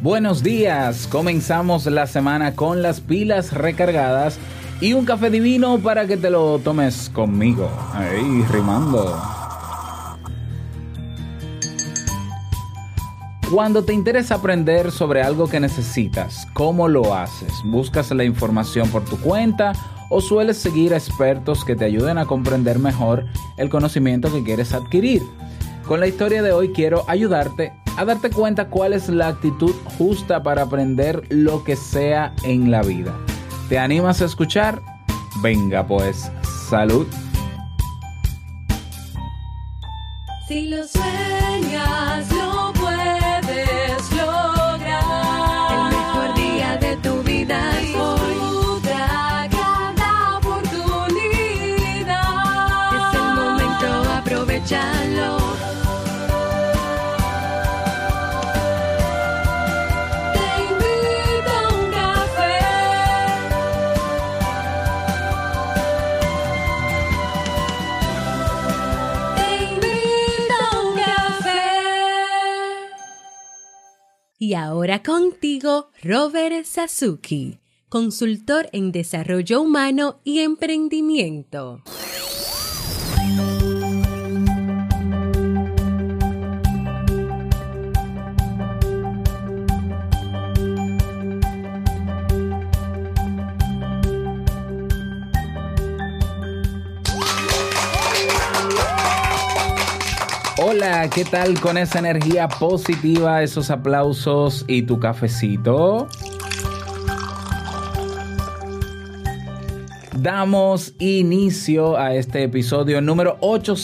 Buenos días, comenzamos la semana con las pilas recargadas y un café divino para que te lo tomes conmigo. Ahí, rimando. Cuando te interesa aprender sobre algo que necesitas, ¿cómo lo haces? ¿Buscas la información por tu cuenta o sueles seguir a expertos que te ayuden a comprender mejor el conocimiento que quieres adquirir? Con la historia de hoy quiero ayudarte a darte cuenta cuál es la actitud justa para aprender lo que sea en la vida. ¿Te animas a escuchar? Venga pues, salud. Si lo sueñas, lo puedes lograr. El mejor día de tu vida es hoy. Disfruta cada oportunidad. Es el momento, aprovechalo. Y ahora contigo, Robert Sasuki, consultor en desarrollo humano y emprendimiento. Hola, ¿qué tal con esa energía positiva, esos aplausos y tu cafecito? Damos inicio a este episodio número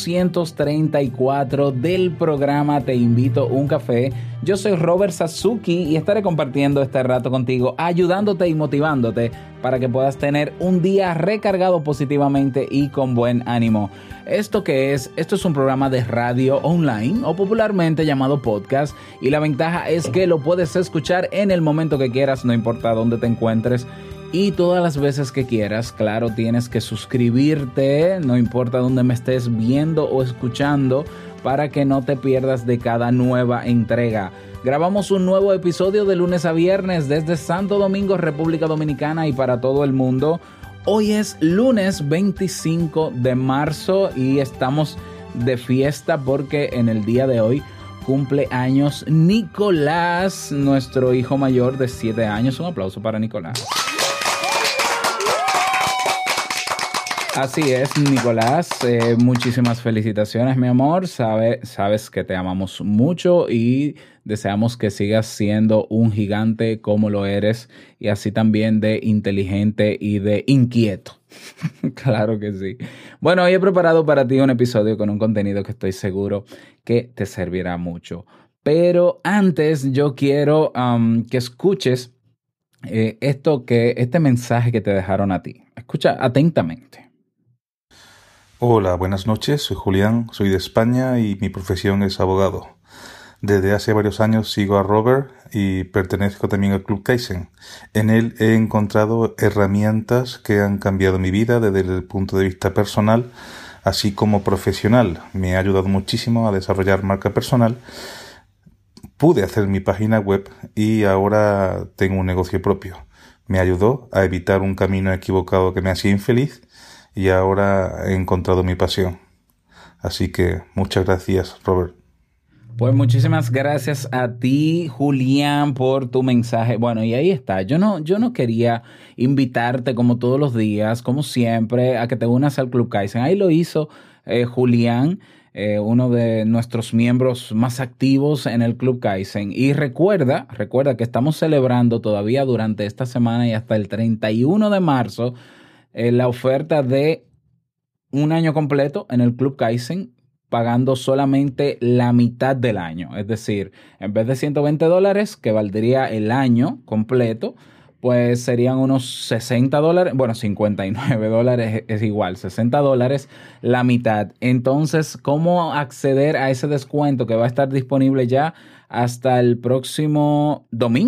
834 del programa Te Invito un Café. Yo soy Robert Sasuki y estaré compartiendo este rato contigo, ayudándote y motivándote para que puedas tener un día recargado positivamente y con buen ánimo. ¿Esto qué es? Esto es un programa de radio online o popularmente llamado podcast, y la ventaja es que lo puedes escuchar en el momento que quieras, no importa dónde te encuentres y todas las veces que quieras. Claro, tienes que suscribirte, no importa dónde me estés viendo o escuchando, para que no te pierdas de cada nueva entrega. Grabamos un nuevo episodio de lunes a viernes desde Santo Domingo, República Dominicana, y para todo el mundo. Hoy es lunes 25 de marzo y estamos de fiesta porque en el día de hoy cumple años Nicolás, nuestro hijo mayor de 7 años. Un aplauso para Nicolás. Así es, Nicolás, muchísimas felicitaciones, mi amor. Sabes que te amamos mucho y deseamos que sigas siendo un gigante como lo eres, y así también de inteligente y de inquieto. Claro que sí. Bueno, hoy he preparado para ti un episodio con un contenido que estoy seguro que te servirá mucho. Pero antes yo quiero que escuches este mensaje que te dejaron a ti. Escucha atentamente. Hola, buenas noches, soy Julián, soy de España y mi profesión es abogado. Desde hace varios años sigo a Robert y pertenezco también al Club Kaizen. En él he encontrado herramientas que han cambiado mi vida desde el punto de vista personal, así como profesional. Me ha ayudado muchísimo a desarrollar marca personal. Pude hacer mi página web y ahora tengo un negocio propio. Me ayudó a evitar un camino equivocado que me hacía infeliz, y ahora he encontrado mi pasión. Así que muchas gracias, Robert. Pues muchísimas gracias a ti, Julián, por tu mensaje. Bueno, y ahí está. Yo no quería invitarte como todos los días, como siempre, a que te unas al Club Kaizen. Ahí lo hizo Julián, uno de nuestros miembros más activos en el Club Kaizen. Y recuerda que estamos celebrando todavía durante esta semana y hasta el 31 de marzo la oferta de un año completo en el Club Kaizen, pagando solamente la mitad del año. Es decir, en vez de $120, que valdría el año completo, pues serían unos $60. Bueno, $59 es igual, $60 la mitad. Entonces, ¿cómo acceder a ese descuento que va a estar disponible ya hasta el próximo domingo?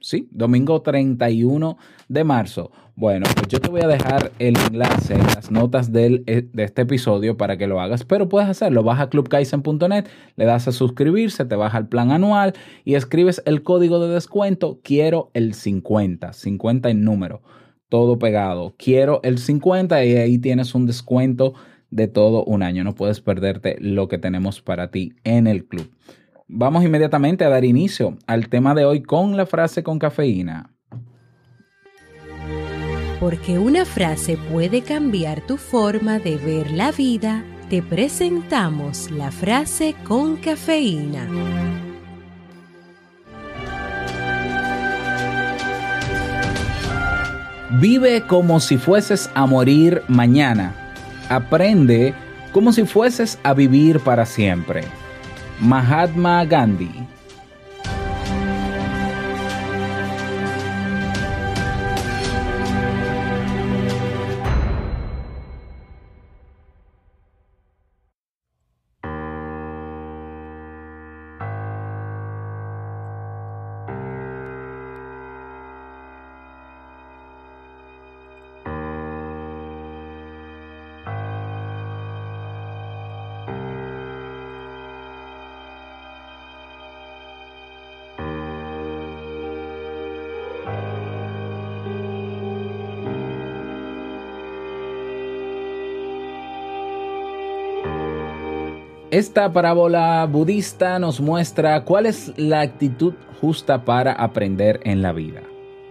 Sí, domingo 31 de marzo. Bueno, pues yo te voy a dejar el enlace en las notas de este episodio para que lo hagas, pero puedes hacerlo. Vas a clubkaizen.net, le das a suscribirse, te vas al plan anual y escribes el código de descuento, quiero el 50 en número, todo pegado. Quiero el 50 y ahí tienes un descuento de todo un año. No puedes perderte lo que tenemos para ti en el club. Vamos inmediatamente a dar inicio al tema de hoy con la frase con cafeína. Porque una frase puede cambiar tu forma de ver la vida, te presentamos la frase con cafeína. Vive como si fueses a morir mañana. Aprende como si fueses a vivir para siempre. Mahatma Gandhi. Esta parábola budista nos muestra cuál es la actitud justa para aprender en la vida.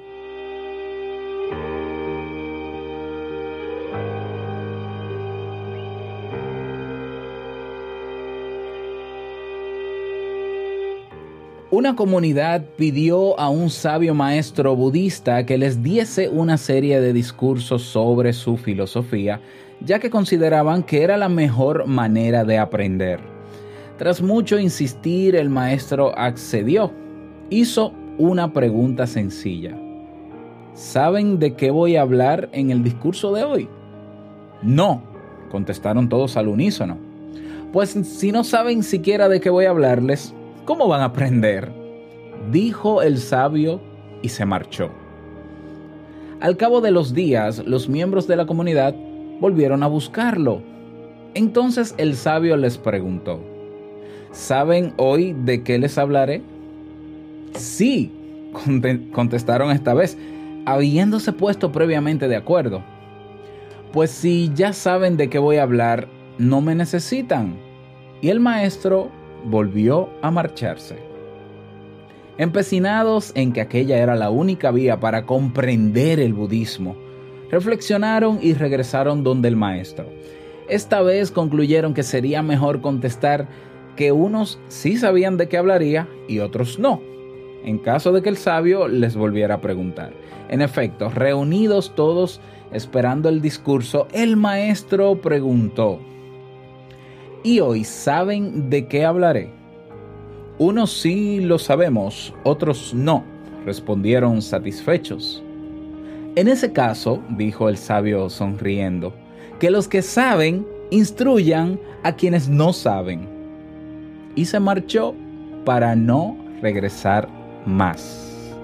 Una comunidad pidió a un sabio maestro budista que les diese una serie de discursos sobre su filosofía, ya que consideraban que era la mejor manera de aprender. Tras mucho insistir, el maestro accedió. Hizo una pregunta sencilla. ¿Saben de qué voy a hablar en el discurso de hoy? No, contestaron todos al unísono. Pues si no saben siquiera de qué voy a hablarles, ¿cómo van a aprender?, dijo el sabio y se marchó. Al cabo de los días, los miembros de la comunidad volvieron a buscarlo. Entonces el sabio les preguntó: ¿saben hoy de qué les hablaré? Sí, contestaron esta vez, habiéndose puesto previamente de acuerdo. Pues si ya saben de qué voy a hablar, no me necesitan. Y el maestro volvió a marcharse. Empecinados en que aquella era la única vía para comprender el budismo, reflexionaron y regresaron donde el maestro. Esta vez concluyeron que sería mejor contestar que unos sí sabían de qué hablaría y otros no, en caso de que el sabio les volviera a preguntar. En efecto, reunidos todos esperando el discurso, el maestro preguntó: ¿y hoy saben de qué hablaré? Unos sí lo sabemos, otros no, respondieron satisfechos. En ese caso, dijo el sabio sonriendo, que los que saben instruyan a quienes no saben. Y se marchó para no regresar más.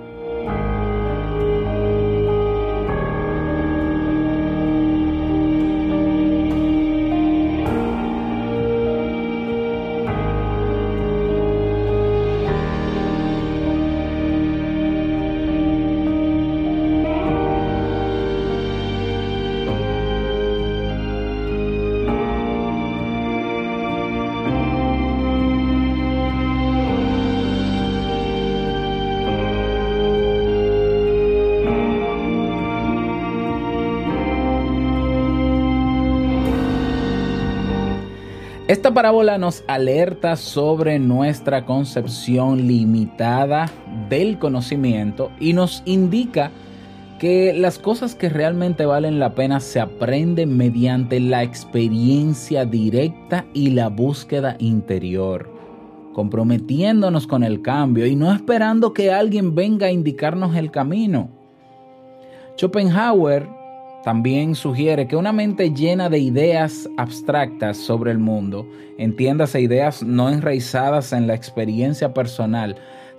Esta parábola nos alerta sobre nuestra concepción limitada del conocimiento y nos indica que las cosas que realmente valen la pena se aprenden mediante la experiencia directa y la búsqueda interior, comprometiéndonos con el cambio y no esperando que alguien venga a indicarnos el camino. Schopenhauer también sugiere que una mente llena de ideas abstractas sobre el mundo, entiéndase ideas no enraizadas en la experiencia personal,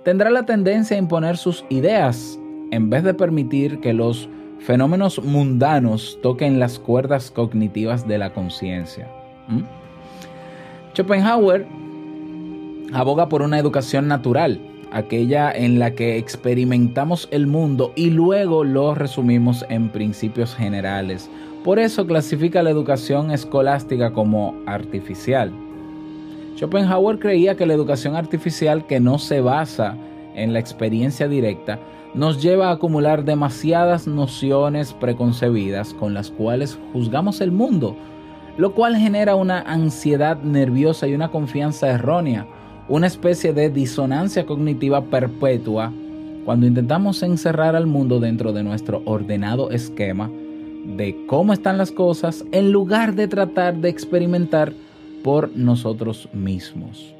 tendrá la tendencia a imponer sus ideas en vez de permitir que los fenómenos mundanos toquen las cuerdas cognitivas de la conciencia. Schopenhauer aboga por una educación natural, aquella en la que experimentamos el mundo y luego lo resumimos en principios generales. Por eso clasifica la educación escolástica como artificial. Schopenhauer creía que la educación artificial, que no se basa en la experiencia directa, nos lleva a acumular demasiadas nociones preconcebidas con las cuales juzgamos el mundo, lo cual genera una ansiedad nerviosa y una confianza errónea, una especie de disonancia cognitiva perpetua cuando intentamos encerrar al mundo dentro de nuestro ordenado esquema de cómo están las cosas en lugar de tratar de experimentar por nosotros mismos.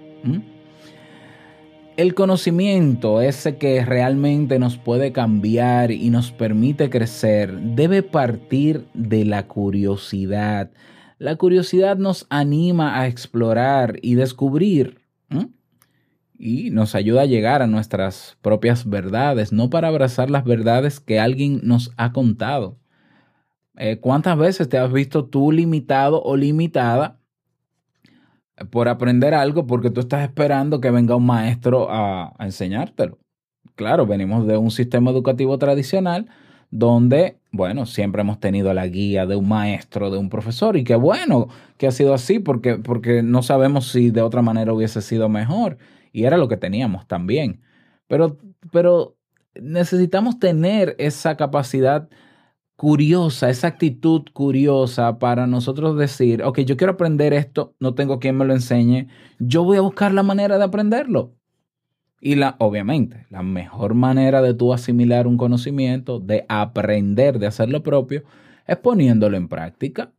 El conocimiento, ese que realmente nos puede cambiar y nos permite crecer, debe partir de la curiosidad. La curiosidad nos anima a explorar y descubrir, y nos ayuda a llegar a nuestras propias verdades, no para abrazar las verdades que alguien nos ha contado. ¿Cuántas veces te has visto tú limitado o limitada por aprender algo porque tú estás esperando que venga un maestro a enseñártelo? Claro, venimos de un sistema educativo tradicional donde, bueno, siempre hemos tenido la guía de un maestro, de un profesor, y qué bueno que ha sido así porque no sabemos si de otra manera hubiese sido mejor, y era lo que teníamos también. Pero necesitamos tener esa capacidad curiosa, esa actitud curiosa para nosotros decir, ok, yo quiero aprender esto, no tengo quien me lo enseñe, yo voy a buscar la manera de aprenderlo. Y obviamente, la mejor manera de tú asimilar un conocimiento, de aprender, de hacer lo propio, es poniéndolo en práctica.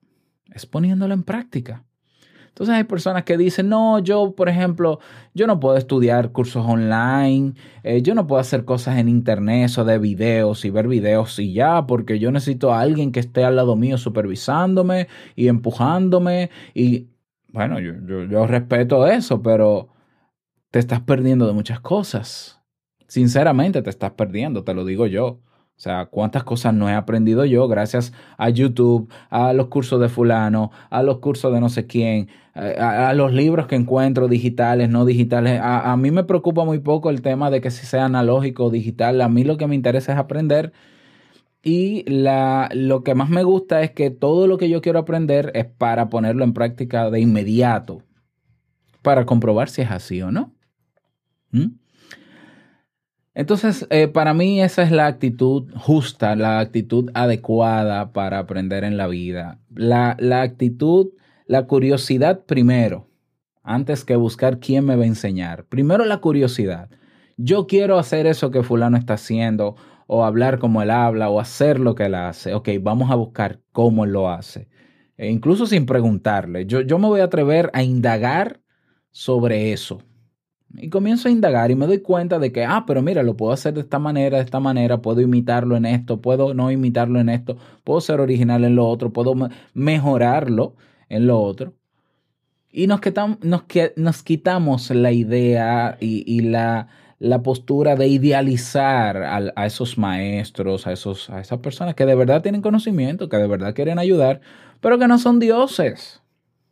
Entonces hay personas que dicen, no, yo, por ejemplo, yo no puedo estudiar cursos online, yo no puedo hacer cosas en internet, eso de videos y ver videos y ya, porque yo necesito a alguien que esté al lado mío supervisándome y empujándome. Y bueno, yo respeto eso, pero te estás perdiendo de muchas cosas. Sinceramente te estás perdiendo, te lo digo yo. O sea, cuántas cosas no he aprendido yo gracias a YouTube, a los cursos de fulano, a los cursos de no sé quién, a los libros que encuentro digitales, no digitales. A mí me preocupa muy poco el tema de que si sea analógico o digital. A mí lo que me interesa es aprender. Y lo que más me gusta es que todo lo que yo quiero aprender es para ponerlo en práctica de inmediato, para comprobar si es así o no. Entonces, para mí esa es la actitud justa, la actitud adecuada para aprender en la vida. La actitud, la curiosidad primero, antes que buscar quién me va a enseñar. Primero la curiosidad. Yo quiero hacer eso que fulano está haciendo, o hablar como él habla, o hacer lo que él hace. Ok, vamos a buscar cómo él lo hace. Incluso sin preguntarle. Yo me voy a atrever a indagar sobre eso. Y comienzo a indagar y me doy cuenta de que, pero mira, lo puedo hacer de esta manera, puedo imitarlo en esto, puedo no imitarlo en esto, puedo ser original en lo otro, puedo mejorarlo en lo otro. Y nos quitamos la idea y la postura de idealizar a esos maestros, a esas personas que de verdad tienen conocimiento, que de verdad quieren ayudar, pero que no son dioses.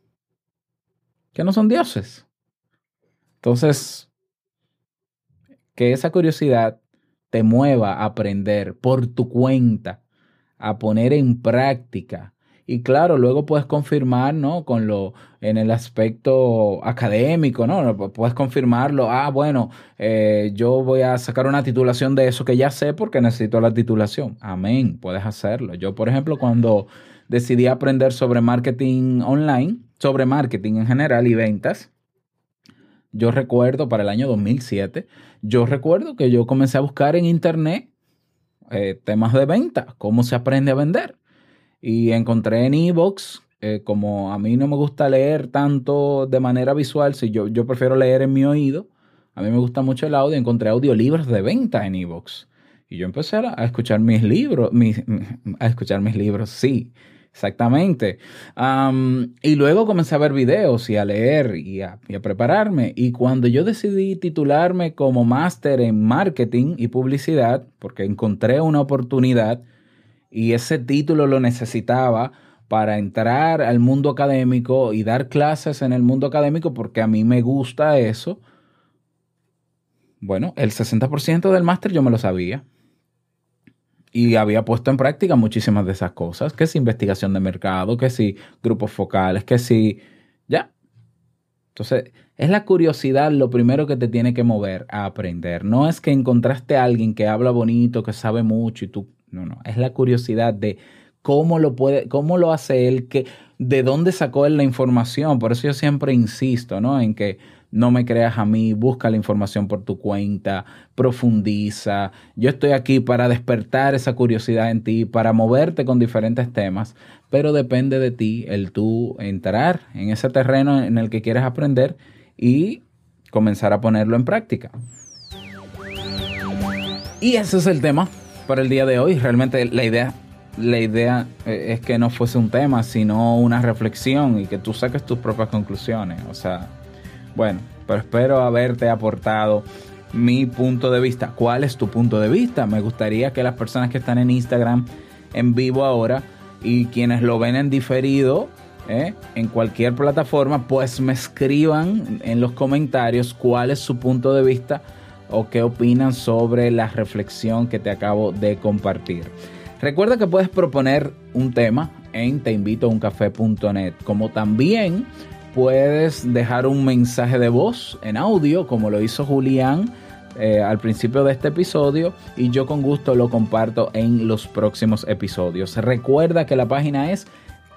Entonces, que esa curiosidad te mueva a aprender por tu cuenta, a poner en práctica. Y claro, luego puedes confirmar, ¿no? En el aspecto académico, ¿no? Puedes confirmarlo. Bueno, yo voy a sacar una titulación de eso que ya sé porque necesito la titulación. Amén, puedes hacerlo. Yo, por ejemplo, cuando decidí aprender sobre marketing online, sobre marketing en general y ventas, yo recuerdo para el año 2007, yo recuerdo que yo comencé a buscar en internet temas de venta, cómo se aprende a vender. Y encontré en iVoox, como a mí no me gusta leer tanto de manera visual, si yo prefiero leer en mi oído, a mí me gusta mucho el audio, encontré audiolibros de venta en iVoox. Y yo empecé a escuchar mis libros, sí. Exactamente. Y luego comencé a ver videos y a leer y a prepararme. Y cuando yo decidí titularme como máster en marketing y publicidad, porque encontré una oportunidad y ese título lo necesitaba para entrar al mundo académico y dar clases en el mundo académico, porque a mí me gusta eso. Bueno, el 60% del máster yo me lo sabía. Y había puesto en práctica muchísimas de esas cosas, que si investigación de mercado, que si grupos focales, que si... Ya. Entonces, es la curiosidad lo primero que te tiene que mover a aprender. No es que encontraste a alguien que habla bonito, que sabe mucho y tú... No. Es la curiosidad de cómo lo hace él, de dónde sacó él la información. Por eso yo siempre insisto, ¿no? En que no me creas a mí, busca la información por tu cuenta, profundiza. Yo estoy aquí para despertar esa curiosidad en ti, para moverte con diferentes temas, pero depende de ti el tú entrar en ese terreno en el que quieres aprender y comenzar a ponerlo en práctica. Y ese es el tema para el día de hoy. Realmente la idea es que no fuese un tema, sino una reflexión y que tú saques tus propias conclusiones. O sea, bueno, pero espero haberte aportado mi punto de vista. ¿Cuál es tu punto de vista? Me gustaría que las personas que están en Instagram en vivo ahora y quienes lo ven en diferido, en cualquier plataforma, pues me escriban en los comentarios cuál es su punto de vista o qué opinan sobre la reflexión que te acabo de compartir. Recuerda que puedes proponer un tema en teinvitoauncafe.net, como también puedes dejar un mensaje de voz en audio, como lo hizo Julián al principio de este episodio, y yo con gusto lo comparto en los próximos episodios. Recuerda que la página es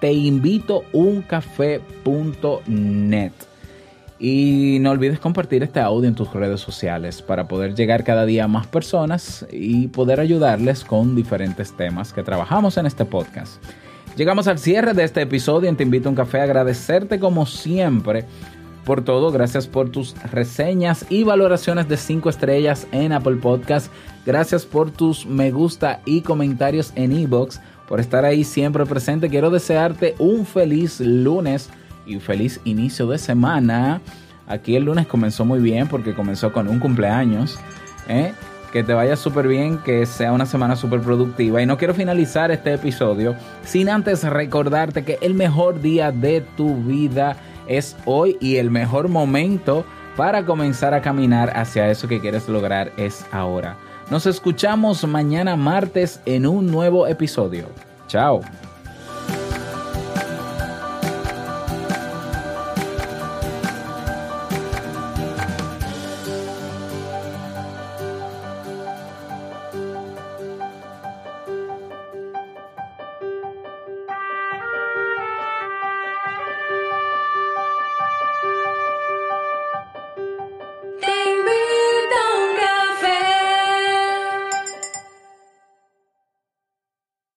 teinvitoauncafe.net. Y no olvides compartir este audio en tus redes sociales para poder llegar cada día a más personas y poder ayudarles con diferentes temas que trabajamos en este podcast. Llegamos al cierre de este episodio en Te Invito a un Café. Agradecerte como siempre por todo. Gracias por tus reseñas y valoraciones de 5 estrellas en Apple Podcast. Gracias por tus me gusta y comentarios en iVoox, por estar ahí siempre presente. Quiero desearte un feliz lunes y feliz inicio de semana. Aquí el lunes comenzó muy bien porque comenzó con un cumpleaños. Que te vaya súper bien, que sea una semana súper productiva. Y no quiero finalizar este episodio sin antes recordarte que el mejor día de tu vida es hoy y el mejor momento para comenzar a caminar hacia eso que quieres lograr es ahora. Nos escuchamos mañana martes en un nuevo episodio. Chao.